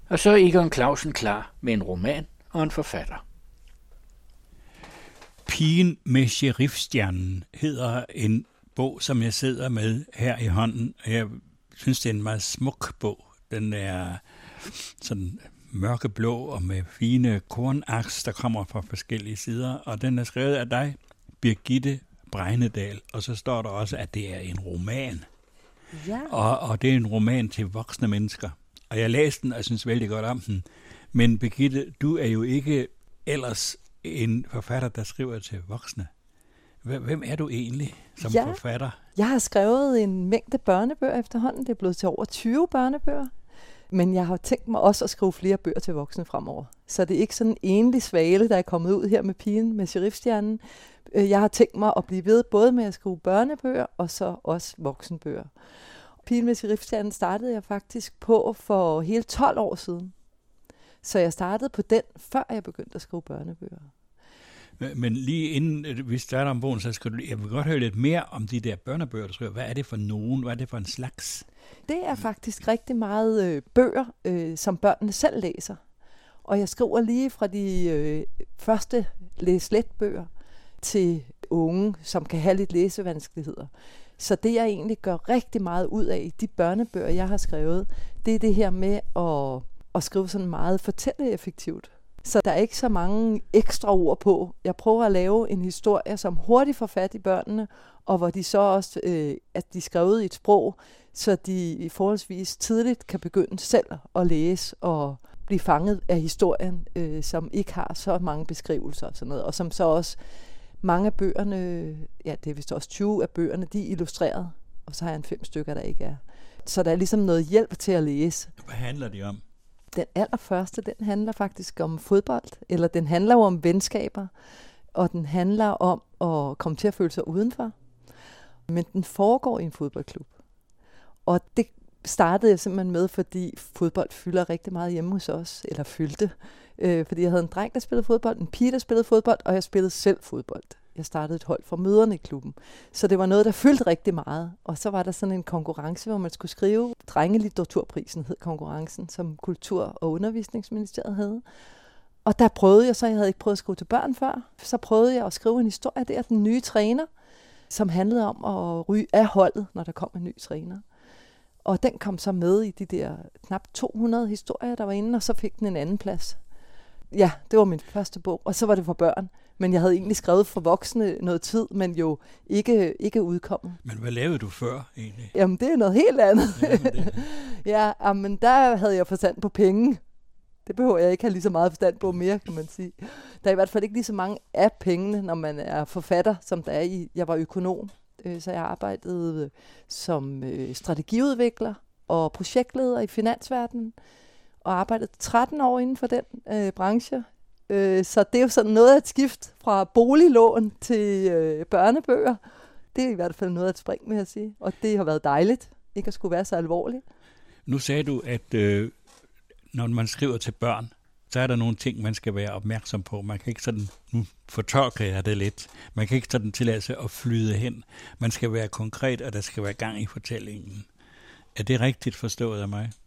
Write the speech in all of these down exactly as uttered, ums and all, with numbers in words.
Og så er Egon Clausen klar med en roman og en forfatter. Pigen med sheriffstjernen hedder en bog, som jeg sidder med her i hånden. Jeg synes, det er en meget smuk bog. Den er sådan mørkeblå og med fine kornaks, der kommer fra forskellige sider. Og den er skrevet af dig, Birgitte Bregnedal. Og så står der også, at det er en roman. Ja. Og, og det er en roman til voksne mennesker. Og jeg læste den, og jeg synes vældig godt om den. Men Birgitte, du er jo ikke ellers en forfatter, der skriver til voksne. Hvem er du egentlig som ja, forfatter? Jeg har skrevet en mængde børnebøger efterhånden. Det er blevet til over tyve børnebøger. Men jeg har tænkt mig også at skrive flere bøger til voksne fremover. Så det er ikke sådan en enlig svale, der er kommet ud her med pigen med sheriffstjernen. Jeg har tænkt mig at blive ved både med at skrive børnebøger og så også voksenbøger. Pigen med sheriffstjernen startede jeg faktisk på for hele tolv år siden. Så jeg startede på den, før jeg begyndte at skrive børnebøger. Men lige inden vi starter om bogen, så skal du, jeg vil godt høre lidt mere om de der børnebøger, du skriver. Hvad er det for nogen? Hvad er det for en slags? Det er faktisk rigtig meget øh, bøger, øh, som børnene selv læser. Og jeg skriver lige fra de øh, første læs-let-bøger til unge, som kan have lidt læsevanskeligheder. Så det, jeg egentlig gør rigtig meget ud af i de børnebøger, jeg har skrevet, det er det her med at, at skrive sådan meget fortælleeffektivt. Så der er ikke så mange ekstra ord på. Jeg prøver at lave en historie, som hurtigt får fat i børnene, og hvor de så også øh, at de er skrevet i et sprog, så de forholdsvis tidligt kan begynde selv at læse og blive fanget af historien, øh, som ikke har så mange beskrivelser og sådan noget, og som så også mange af bøgerne, ja, det er vist også tyve af bøgerne, de er illustreret, og så har jeg en fem stykker, der ikke er. Så der er ligesom noget hjælp til at læse. Hvad handler de om? Den allerførste, den handler faktisk om fodbold, eller den handler jo om venskaber, og den handler om at komme til at føle sig udenfor. Men den foregår i en fodboldklub. Og det startede jeg simpelthen med, fordi fodbold fylder rigtig meget hjemme hos os, eller fyldte. Øh, fordi jeg havde en dreng, der spillede fodbold, en pige, der spillede fodbold, og jeg spillede selv fodbold. Jeg startede et hold for møderne i klubben. Så det var noget, der fyldte rigtig meget. Og så var der sådan en konkurrence, hvor man skulle skrive. Drengelitteraturprisen hed konkurrencen, som Kultur- og Undervisningsministeriet havde. Og der prøvede jeg så, jeg havde ikke prøvet at skrive til børn før, så prøvede jeg at skrive en historie der, den nye træner, som handlede om at ryge af holdet, når der kom en ny træner. Og den kom så med i de der knap to hundrede historier, der var inde, og så fik den en anden plads. Ja, det var min første bog, og så var det for børn. Men jeg havde egentlig skrevet for voksne noget tid, men jo ikke, ikke udkommet. Men hvad lavede du før egentlig? Jamen, det er noget helt andet. Ja, men, det... ja, men der havde jeg forstand på penge. Det behøver jeg ikke have lige så meget forstand på mere, kan man sige. Der er i hvert fald ikke lige så mange af pengene, når man er forfatter, som der er i. Jeg var økonom, så jeg arbejdede som strategiudvikler og projektleder i finansverdenen, og arbejdede tretten år inden for den øh, branche. Øh, så det er jo sådan noget af et skift fra boliglån til øh, børnebøger. Det er i hvert fald noget af et spring, vil jeg sige. Og det har været dejligt, ikke at skulle være så alvorligt. Nu sagde du, at øh, når man skriver til børn, så er der nogle ting, man skal være opmærksom på. Man kan ikke sådan, nu fortolker jeg det lidt, man kan ikke sådan tillade sig at flyde hen. Man skal være konkret, og der skal være gang i fortællingen. Er det rigtigt forstået af mig?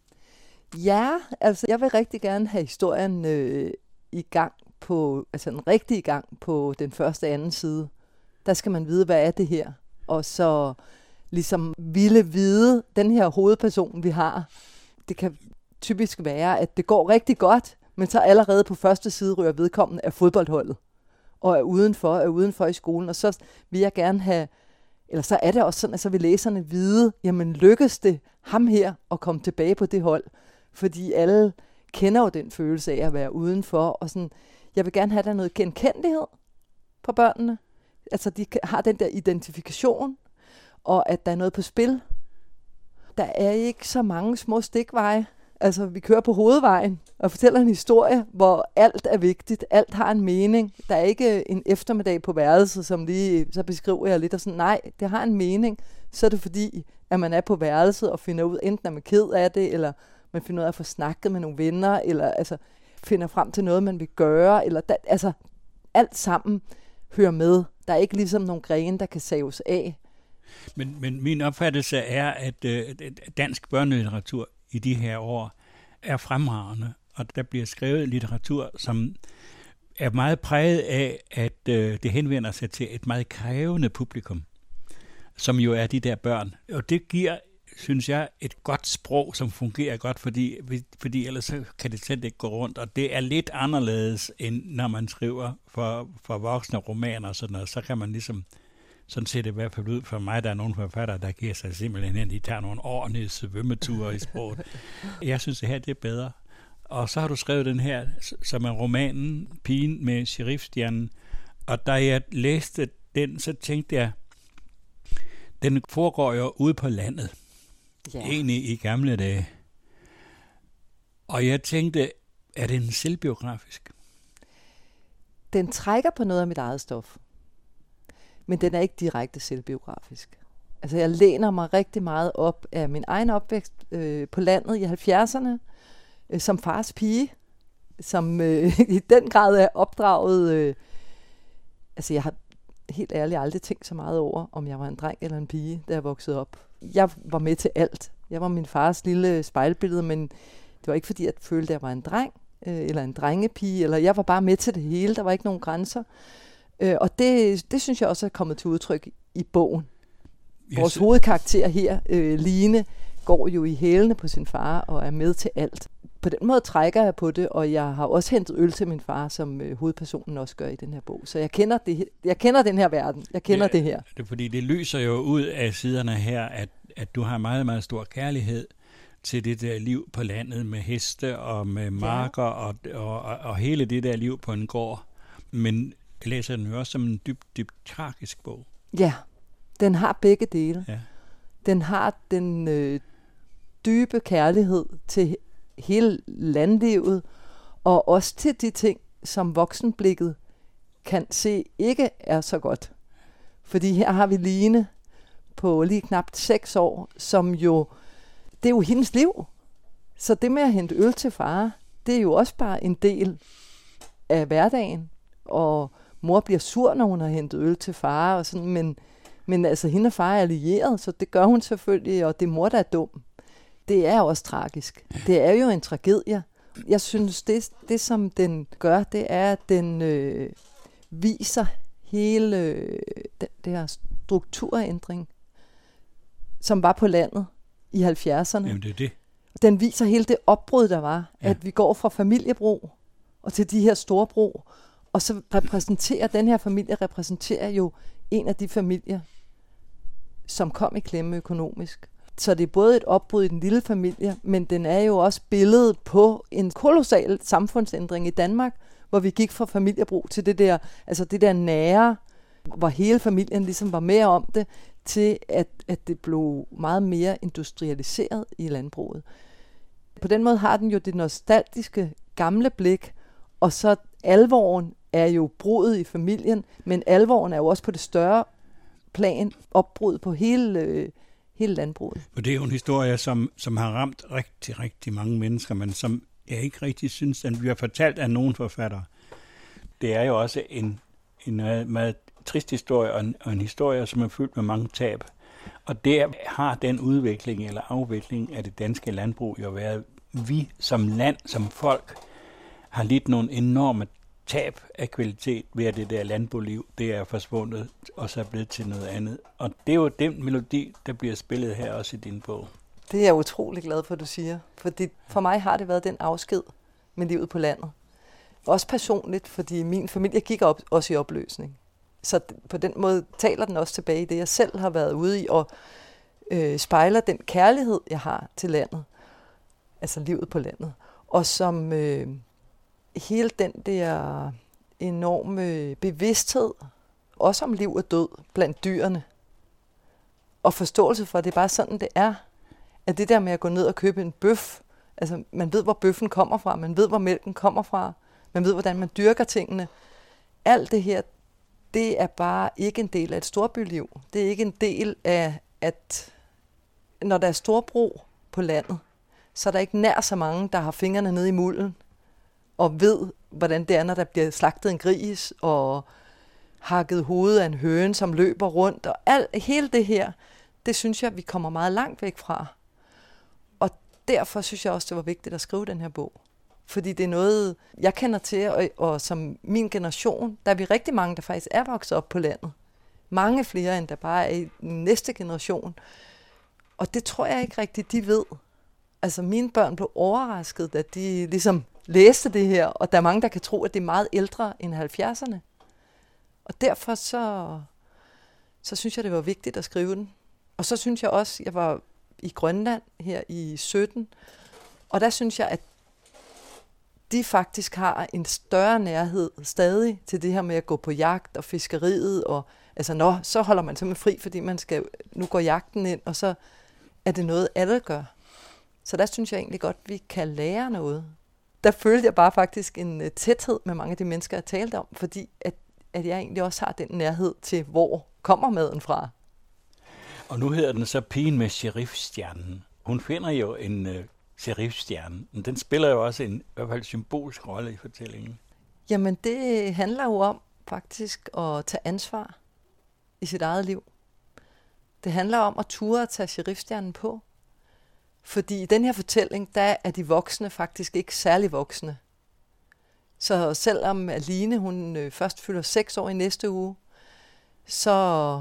Ja, altså jeg vil rigtig gerne have historien øh, i gang på, altså en rigtig gang på den første og anden side. Der skal man vide, hvad er det her? Og så ligesom ville vide, den her hovedperson, vi har, det kan typisk være, at det går rigtig godt, men så allerede på første side ryger vedkommende af fodboldholdet, og er udenfor, er udenfor i skolen, og så vil jeg gerne have, eller så er det også sådan, at så vil læserne vide, jamen lykkes det ham her at komme tilbage på det hold, fordi alle kender jo den følelse af at være udenfor, og sådan, jeg vil gerne have der noget genkendelighed på børnene, altså de har den der identifikation, og at der er noget på spil. Der er ikke så mange små stikveje. Altså, vi kører på hovedvejen og fortæller en historie, hvor alt er vigtigt, alt har en mening. Der er ikke en eftermiddag på værelset, som lige, så beskriver jeg lidt og sådan, nej, det har en mening. Så er det fordi, at man er på værelset og finder ud, enten er man ked af det, eller man finder ud af at få snakket med nogle venner, eller altså finder frem til noget, man vil gøre, eller da, altså alt sammen hører med. Der er ikke ligesom nogle grene, der kan saves af. Men, men min opfattelse er, at øh, dansk børnelitteratur i de her år er fremragende, og der bliver skrevet litteratur, som er meget præget af, at øh, det henvender sig til et meget krævende publikum, som jo er de der børn. Og det giver, synes jeg, et godt sprog, som fungerer godt, fordi, fordi ellers så kan det slet ikke gå rundt. Og det er lidt anderledes, end når man skriver for, for voksne romaner og sådan noget. Så kan man ligesom, sådan ser det i hvert fald ud for mig, der er nogle forfattere, der giver sig simpelthen hen, de tager nogle ordentlige svømmeture i sproget. Jeg synes, det her det er bedre. Og så har du skrevet den her, som er romanen Pigen med Sheriffstjernen. Og da jeg læste den, så tænkte jeg, den foregår jo ude på landet. Ja. Egentlig i gamle dage. Og jeg tænkte, er det en selvbiografisk? Den trækker på noget af mit eget stof. Men den er ikke direkte selvbiografisk. Altså jeg læner mig rigtig meget op af min egen opvækst øh, på landet i halvfjerdserne, øh, som fars pige, som øh, i den grad er opdraget. Øh, altså jeg har helt ærligt aldrig tænkt så meget over, om jeg var en dreng eller en pige, da jeg voksede op. Jeg var med til alt. Jeg var min fars lille spejlbillede, men det var ikke fordi, jeg følte, at jeg var en dreng, øh, eller en drengepige, eller jeg var bare med til det hele. Der var ikke nogen grænser. Øh, og det, det synes jeg også er kommet til udtryk i bogen. Yes. Vores hovedkarakter her, øh, Line, går jo i hælene på sin far og er med til alt. På den måde trækker jeg på det, og jeg har også hentet øl til min far, som øh, hovedpersonen også gør i den her bog. Så jeg kender, det, jeg kender den her verden. Jeg kender ja, det her. Det er fordi, det lyser jo ud af siderne her, at, at du har meget, meget stor kærlighed til det der liv på landet med heste og med marker ja. og, og, og, og hele det der liv på en gård. Men jeg læser den jo også som en dybt, dybt tragisk bog. Ja, den har begge dele. Ja. Den har den øh, dybe kærlighed til hele landlivet, og også til de ting, som voksenblikket kan se ikke er så godt. Fordi her har vi Line på lige knap seks år, som jo, det er jo hendes liv. Så det med at hente øl til far, det er jo også bare en del af hverdagen. Og mor bliver sur, når hun har hentet øl til far, og sådan, men, men altså, hende og far er allieret, så det gør hun selvfølgelig, og det er mor, der er dum. Det er også tragisk. Det er jo en tragedie. Jeg synes, det, det som den gør, det er, at den øh, viser hele øh, den, det her strukturændring, som var på landet i halvfjerdserne. Jamen, det er det. Den viser hele det opbrud, der var, ja. At vi går fra familiebrug og til de her store brug, og så repræsenterer den her familie repræsenterer jo en af de familier, som kom i klemme økonomisk. Så det er både et opbrud i den lille familie, men den er jo også billedet på en kolossal samfundsændring i Danmark, hvor vi gik fra familiebrug til det der, altså det der nære, hvor hele familien ligesom var med om det, til at, at det blev meget mere industrialiseret i landbruget. På den måde har den jo det nostalgiske gamle blik, og så alvoren er jo brudet i familien, men alvoren er jo også på det større plan opbrud på hele, øh, hele landbruget. Og det er jo en historie, som, som har ramt rigtig, rigtig mange mennesker, men som jeg ikke rigtig synes, at vi har fortalt af nogen forfattere. Det er jo også en, en meget, meget trist historie, og en, og en historie, som er fyldt med mange tab. Og der har den udvikling eller afvikling af det danske landbrug jo været, vi som land, som folk, har lidt nogle enorme tab af kvalitet ved at det der landbrugliv, det er forsvundet og så er blevet til noget andet. Og det er jo den melodi, der bliver spillet her også i din bog. Det er jeg utrolig glad for, at du siger. Fordi for mig har det været den afsked med livet på landet. Også personligt, fordi min familie gik op, også i opløsning. Så på den måde taler den også tilbage i det, jeg selv har været ude i, og øh, spejler den kærlighed, jeg har til landet. Altså livet på landet. Og som øh, hele den der enorme bevidsthed, også om liv og død blandt dyrene, og forståelse for, at det er bare sådan, det er. At det der med at gå ned og købe en bøf, altså man ved, hvor bøffen kommer fra, man ved, hvor mælken kommer fra, man ved, hvordan man dyrker tingene. Alt det her, det er bare ikke en del af et storbyliv. Det er ikke en del af, at når der er storbrug på landet, så er der ikke nær så mange, der har fingrene nede i mulden, og ved, hvordan det er, når der bliver slagtet en gris, og hakket hovedet af en høne, som løber rundt, og alt, hele det her, det synes jeg, vi kommer meget langt væk fra. Og derfor synes jeg også, det var vigtigt at skrive den her bog. Fordi det er noget, jeg kender til, og, og som min generation, der er vi rigtig mange, der faktisk er vokset op på landet. Mange flere, end der bare er i den næste generation. Og det tror jeg ikke rigtigt, de ved. Altså mine børn blev overrasket, da de ligesom læste det her, og der er mange, der kan tro, at det er meget ældre end halvfjerdserne. Og derfor så, så synes jeg, det var vigtigt at skrive den. Og så synes jeg også, jeg var i Grønland her i sytten, og der synes jeg, at de faktisk har en større nærhed stadig til det her med at gå på jagt og fiskeriet, og altså nå, så holder man simpelthen fri, fordi man skal, nu går jagten ind, og så er det noget, alle gør. Så der synes jeg egentlig godt, vi kan lære noget. Der følte jeg bare faktisk en tæthed med mange af de mennesker, jeg talte om, fordi at, at jeg egentlig også har den nærhed til, hvor kommer maden fra. Og nu hedder den så Pigen med Sheriffstjernen. Hun finder jo en uh, sheriffstjerne, men den spiller jo også en i hvert fald symbolsk rolle i fortællingen. Jamen det handler jo om faktisk at tage ansvar i sit eget liv. Det handler om at ture at tage sheriffstjernen på. Fordi i den her fortælling, der er de voksne faktisk ikke særlig voksne. Så selvom Aline, hun øh, først fylder seks år i næste uge, så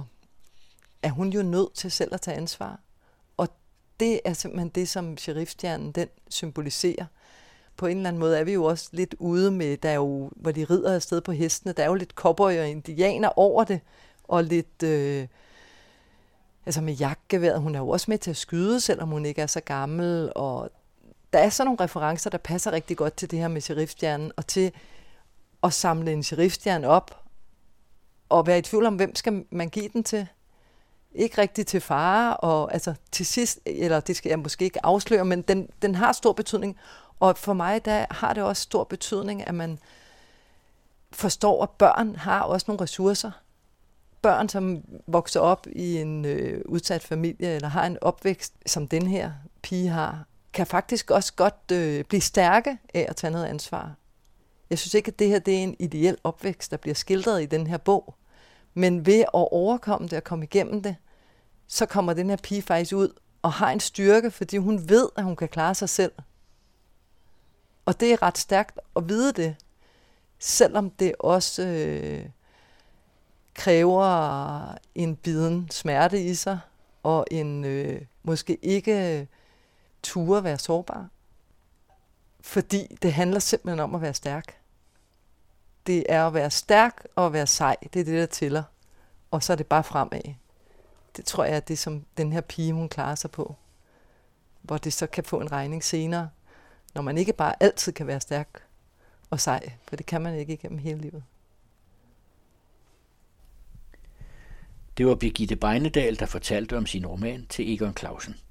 er hun jo nødt til selv at tage ansvar. Og det er simpelthen det, som sheriffstjernen, den symboliserer. På en eller anden måde er vi jo også lidt ude med, der er jo, hvor de rider afsted på hestene, der er jo lidt cowboy og indianer over det, og lidt... Øh, Altså med jagtgeværet, hun er jo også med til at skyde, selvom hun ikke er så gammel. Og der er sådan nogle referencer, der passer rigtig godt til det her med sheriffstjernen, og til at samle en sheriffstjerne op, og være i tvivl om, hvem skal man give den til. Ikke rigtig til fare, og altså til sidst, eller det skal jeg måske ikke afsløre, men den, den har stor betydning. Og for mig, der har det også stor betydning, at man forstår, at børn har også nogle ressourcer. Børn, som vokser op i en øh, udsat familie, eller har en opvækst, som den her pige har, kan faktisk også godt øh, blive stærke af at tage noget ansvar. Jeg synes ikke, at det her det er en ideel opvækst, der bliver skildret i den her bog. Men ved at overkomme det og komme igennem det, så kommer den her pige faktisk ud og har en styrke, fordi hun ved, at hun kan klare sig selv. Og det er ret stærkt at vide det, selvom det også... Øh, kræver en biden smerte i sig, og en øh, måske ikke ture være sårbar. Fordi det handler simpelthen om at være stærk. Det er at være stærk og at være sej, det er det, der tæller. Og så er det bare fremad. Det tror jeg er det, som den her pige, hun klarer sig på. Hvor det så kan få en regning senere, når man ikke bare altid kan være stærk og sej, for det kan man ikke igennem hele livet. Det var Birgitte Beinedal, der fortalte om sin roman til Egon Clausen.